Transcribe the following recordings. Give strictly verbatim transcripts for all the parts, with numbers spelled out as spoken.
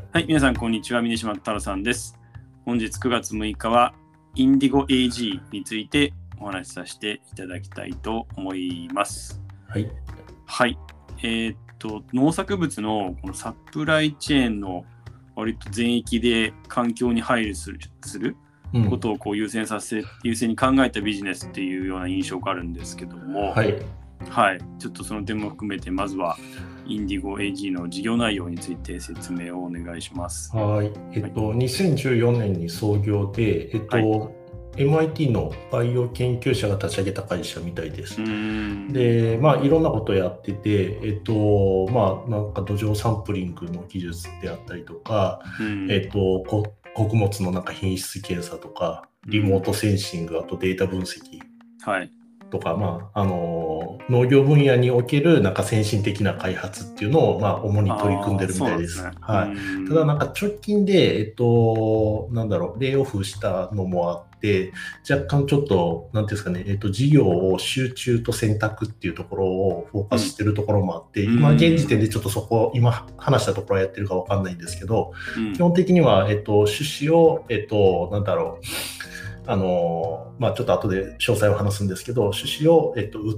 はい、皆さんこんにちは。峰島太郎さんです。本日くがつむいかはインディゴ エージー についてお話しさせていただきたいと思います。 はい。 はい。えーっと農作物のこのサプライチェーンの割と全域で環境に配慮する、することをこう優先させ、優先に考えたビジネスっていうような印象があるんですけども、 はい。 はい。ちょっとその点も含めてまずはインディゴ エージー の事業内容について説明をお願いします。 はい。えっと、にせんじゅうよねんに創業で、えっと、はい、エムアイティー のバイオ研究者が立ち上げた会社みたいです。で、まあ、いろんなことやってて、えっと、まあ、なんか土壌サンプリングの技術であったりとか、えっと、こ穀物のなんか品質検査とか、リモートセンシング、あとデータ分析。 はい。 とか、まあ、あの農業分野におけるなんか先進的な開発っていうのを、まあ、主に取り組んでるみたいです。 ね、 はい。ただなんか直近で、えっと、なんだろう、レイオフしたのもあって、若干ちょっと、なんていうんですかね、えっと、事業を集中と選択っていうところをフォーカスしてるところもあって、うん、今現時点でちょっとそこ、今話したところはやってるかわかんないんですけど、うん、基本的には、えっと、種子を、えっと、なんだろう、あのまあ、ちょっと後で詳細を話すんですけど、種子を、えっと、売って、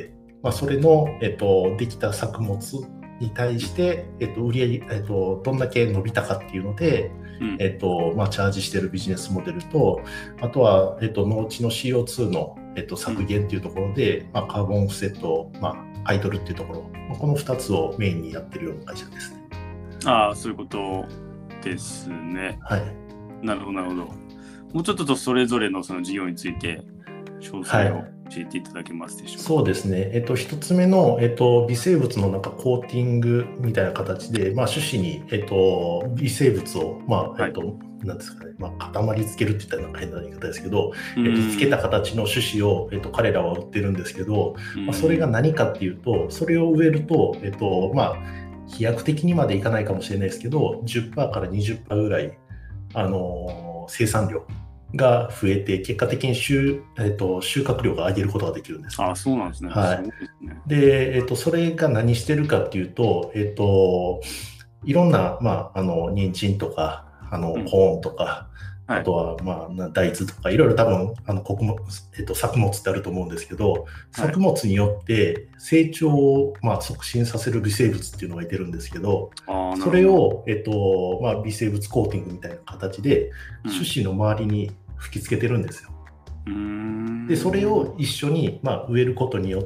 まあ、それの、えっと、できた作物に対して、えっと、売り上げ、えっと、どんだけ伸びたかっていうので、うんえっとまあ、チャージしているビジネスモデルと、あとは、えっと、農地の シーオーツー の、えっと、削減っていうところで、うんまあ、カーボンオフセットを、まあ、買い取るっていうところ、まあ、このふたつをメインにやってるような会社ですね。 ああ、そういうことですね。 はい。 なるほど、なるほど。もうちょっとそれぞれのその事業について詳細を教えていただけますでしょうか。はい、 そうですね。えっと、一つ目の、えっと、微生物のなんかコーティングみたいな形で、まあ、種子に、えっと、微生物を、まあ、えっと、はい、なんですかね、まあ、塊つけるって言ったらなんか変な言い方ですけど、えっと、つけた形の種子を、えっと、彼らは売ってるんですけど、まあ、それが何かっていうと、それを植えると、えっと、まあ、飛躍的にまでいかないかもしれないですけど、じゅっパーセント から にじゅっパーセント ぐらい、あの、生産量が増えて、結果的に収、えっと、収穫量が上げることができるんです。 ああ、そうなんですね。 はい。 そうですね。 で、えっと、それが何してるかっていうと、えっと、いろんな、まあ、あの、人参とか、あの、コーンとか、うん、あとは、まあ、大豆とか、いろいろ多分、あの、穀物、えっと、作物ってあると思うんですけど、作物によって成長を、まあ、促進させる微生物っていうのがいてるんですけど、それを、えっと、まあ、微生物コーティングみたいな形で、種子の周りに吹き付けてるんですよ。でそれを一緒に、まあ、植えることによって、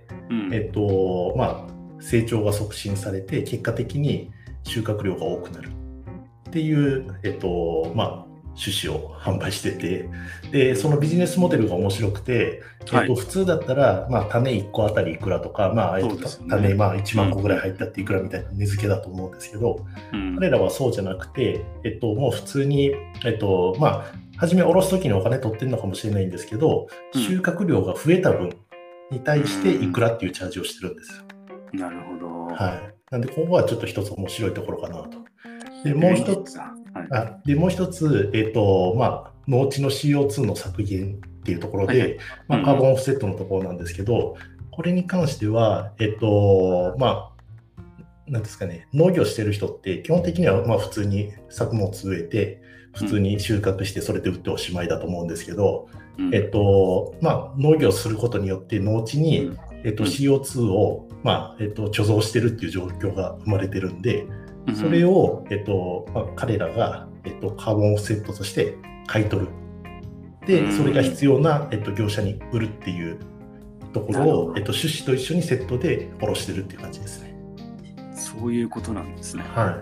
うんえっとまあ、成長が促進されて結果的に収穫量が多くなるっていう、えっとまあ、種子を販売してて、でそのビジネスモデルが面白くて、はいえっと、普通だったら、まあ、種いっこあたりいくらとか、まあえっとね、種、まあ、いちまんこぐらい入ったっていくらみたいな値付けだと思うんですけど、うん、彼らはそうじゃなくて、えっと、もう普通に、えっとまあ初め下ろすときにお金取ってるのかもしれないんですけど、収穫量が増えた分に対していくらっていうチャージをしてるんですよ。 うん、なるほど。 はい。なんで、ここはちょっと一つ面白いところかなと。で、もう一つ、はい、あでもう一つ、えっと、まあ、農地の シーオーツー の削減っていうところで、はいはいまあ、カーボンオフセットのところなんですけど、うん、これに関しては、えっと、まあ、なんですかね、農業してる人って基本的にはまあ普通に作物植えて普通に収穫してそれで売っておしまいだと思うんですけど、うん、えっとまあ、農業することによって農地に、うんえっと、シーオーツー を、まあえっと、貯蔵してるっていう状況が生まれてるんで、それを、えっとまあ、彼らが、えっと、カーボンオフセットとして買い取る。でそれが必要な、えっと、業者に売るっていうところを、えっと、種子と一緒にセットで卸してるっていう感じですね。 そういうことなんですね。 はい。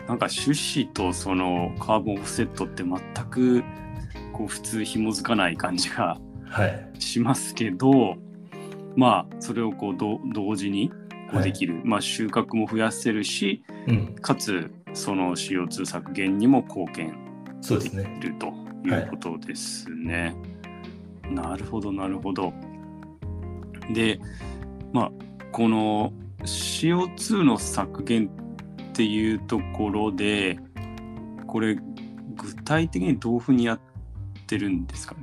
なんか種子とそのカーボンオフセットって全くこう普通紐づかない感じがしますけど、はい、まあそれをこうど同時にこうできる、はいまあ、収穫も増やせるし、うん、かつその シーオーツー 削減にも貢献できるということですね。はい、なるほどなるほど。で、まあこのシーオーツー の削減っていうところでこれ具体的にどういうふうにやってるんですかね。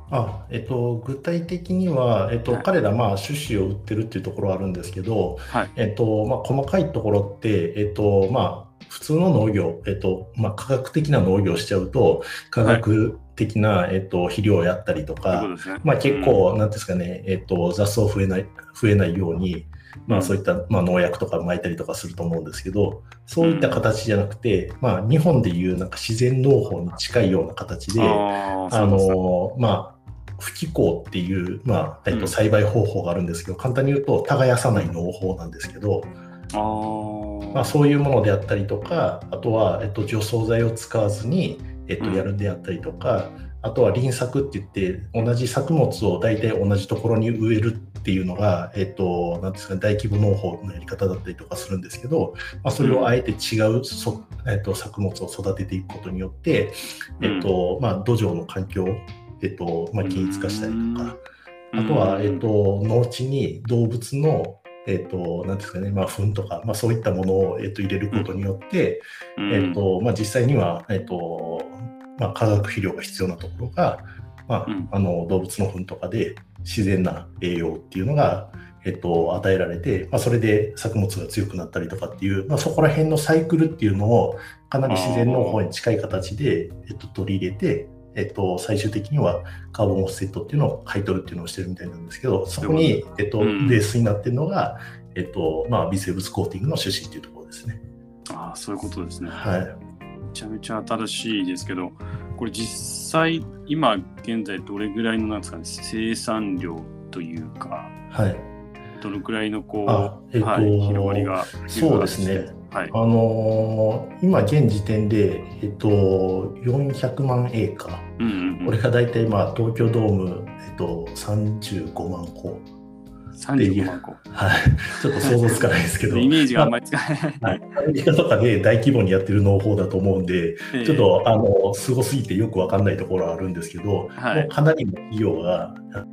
あ、えっと、具体的には、えっと、 はい。 彼ら、まあ、種子を売ってるっていうところはあるんですけど、 はい。 えっと、まあ、細かいところって、えっと、まあ、普通の農業、えっと、まあ、科学的な農業をしちゃうと、科はい。 学的な、えっと、肥料をやったりとか、 そういうことですね。 まあ、 うん。 結構、なんていうんですかね、えっと、雑草増えない、増えないように、まあ、そううん。 いった、まあ、農薬とか撒いたりとかすると思うんですけど、そういったうん。 形じゃなくて、まあ、日本でいうなんか自然農法に近いような形で、 ああ、そあういうことですね。 の、まあ、不気候っていう、まあ、えっと、 うん。 栽培方法があるんですけど、簡単に言うと、耕さうん。 ない農法なんですけど、 あまあ、 あ。 そういうものであったりとか、あとは、えっと、除草剤を使わずに、えっと、やうん。 るであったりとか、あとは輪作って言って、同じ作物を大体同じところに植えるっていうのが、えっと、なんですかね、大規模農法のやり方だったりとかするんですけど、まあ、それをうん。 あえて違うそ、えっと、作物を育てていくことによって、えっうん。 と、まあ、土壌の環境を、えっと、まあ、 うー均一化したりとん。 か、 うあとは、えっん。 と、農地に動物の、えっと、なんですかね、まあ、糞とか、まあ、そういったものを、えっと、入れるうん。 ことによって、 うん。 えっと、まあ、実際には、えっと、まあ、化学肥料が必要なところが、まうん。 あ、あの、動物の糞とかで自然な栄養っていうのが、えっと、与えられて、まあ、それで作物が強くなったりとかっていう、まあ、そこら辺のサイクルっていうのを、かなり自あ然農法にあ。 近い形で、えっと、取り入れて、えっと、最終的にはカーボンオフセットっていうのを買い取るっていうのをしてるみたいなんですけど、そそういうことです。 こに、えっと、ベーうん。 スになってるのが、えっと、まあ、微生物コーティングの種子っていうところですね。 ああ、そういうことですね。 はい。 めちゃめちゃ新しいですけど、これ実際、今現在どれぐらいのなんですかね、生産量というか、 はい。 どのくらいのこあ、えう、 っはい、広がりと、 が、普及そうでがしてる。 すね。 はい。 あのー今現時点で、えっと、よんひゃくまんエーカー。 うんうんこれが大体、まあ、東京ドーム、えっと、さんじゅうごまん個うん。35 っていう、 万個。 はい。ちょっと想像つかないですけど、 イメージがまあ、 あんまりつかない。 はい、アメリカとかで大規模にやってる農法だと思うんで、ちょっええ、 と、あの、すごすぎてよくわかんないところはあるんですけど、 はい。 もうかなりの企業が、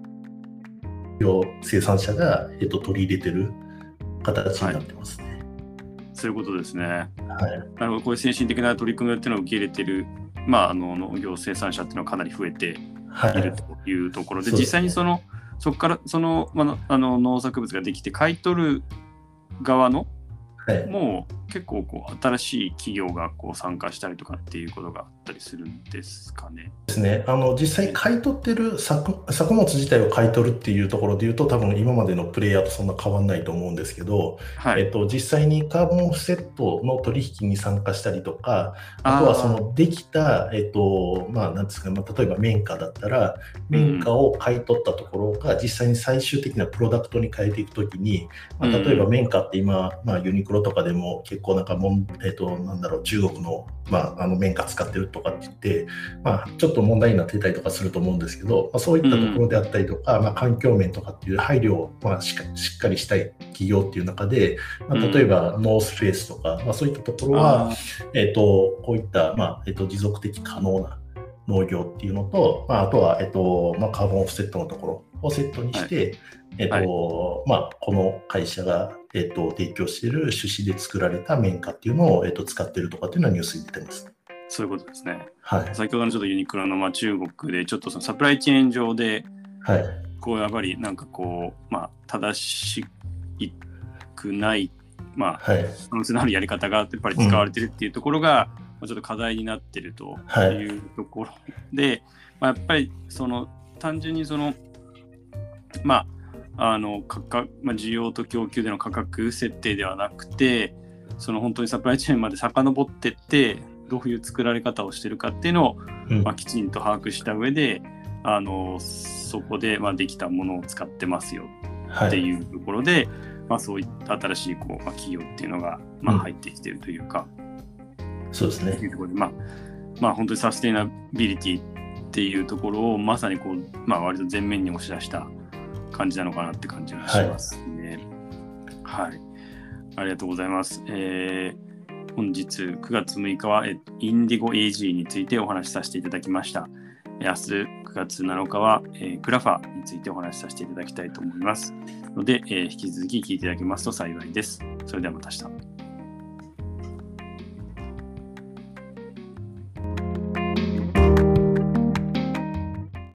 生産者が、えっと、取り入れてる形にはい。 なってますね。 そういうことですね。 はい。 なるほど、こういう先進的な取り組みっていうのを受け入れてる、まあ、あの農業生産者っていうのはかなり増えているはい。 というところで、実そうですね。 際にその、そこからその、まあ、あの農作物ができて買い取る側のはい。 もう結構こう新しい企業がこう参加したりとかっていうことがあったりするんですかね。 ですね。あの、実際え買い取ってる作、作物自体を買い取るっていうところで言うと、多分今までのプレイヤーとそんな変わんないと思うんですけど、 はい。 えっと、実際にカーボンオフセットの取引に参加したりとか、あとはそああ、 のできた、えっと、まあ、なんですかね、まあ、例えば綿花だったら、綿花うんを買い取ったところが実際に最終的なプロダクトに変えていくときに、まあ、例えばうん。 綿花って今、まあ、ユニクロとかでも結構なんかもん、えっと、なんだろう、中国の、まあ、あの綿花使ってるとかって言って、まあ、ちょっと問題になってたりとかすると思うんですけど、まあ、そういったところうん。 であったりとか、まあ、環境面とかっていう配慮を、まあ、しっかしっかりしたい企業っていう中で、まあ、例えうん。 ばノースフェイスとか、まあ、そういったところは、 ああ、 えっと、こういった、まあえっと、持続的可能な農業っていうのと、まあ、あとは、えっとまあ、カーボンオフセットのところをセットにはい。 して、えっはい。 とまあ、この会社が、えっと、提供している種子で作られた綿花っていうのを、えっと、使っているとかっていうのはニュースに出てます。 そういうことですね。 はい。 先ほどのちょっとユニクロのまあ中国でちょっとそのサプライチェーン上ではい。 こうやっぱりなんかこうまあ正しくないまあはい。 可能性のあるやり方がやっぱり使われうん。 てるっていうところがまあちょっと課題になってるとはい。 いうところで、まあ、やっぱりその単純にそのまああの価格、まあ、需要と供給での価格設定ではなくてその本当にサプライチェーンまで遡ってってどういう作られ方をしてるかっていうのを、まあ、 うん。 きちんと把握した上であのそこで、まあ、できたものを使ってますよはい。 っていうところで、まあ、そういった新しいこう、まあ、企業っていうのが、まあ、入っうん。 てきてるというか、 そうですね。 いうところで、まあ、まあ本当にサステイナビリティっていうところをまさにこう、まあ、割と前面に押し出した感じなのかなって感じがしまはい。 すね。はい。ありがとうございます。えー本日くがつむいかはインディゴ エージー についてお話しさせていただきました。明日くがつなのかは、えー、クラファについてお話しさせていただきたいと思いますので、えー引き続き聞いていただけますと幸いです。それではまた明日。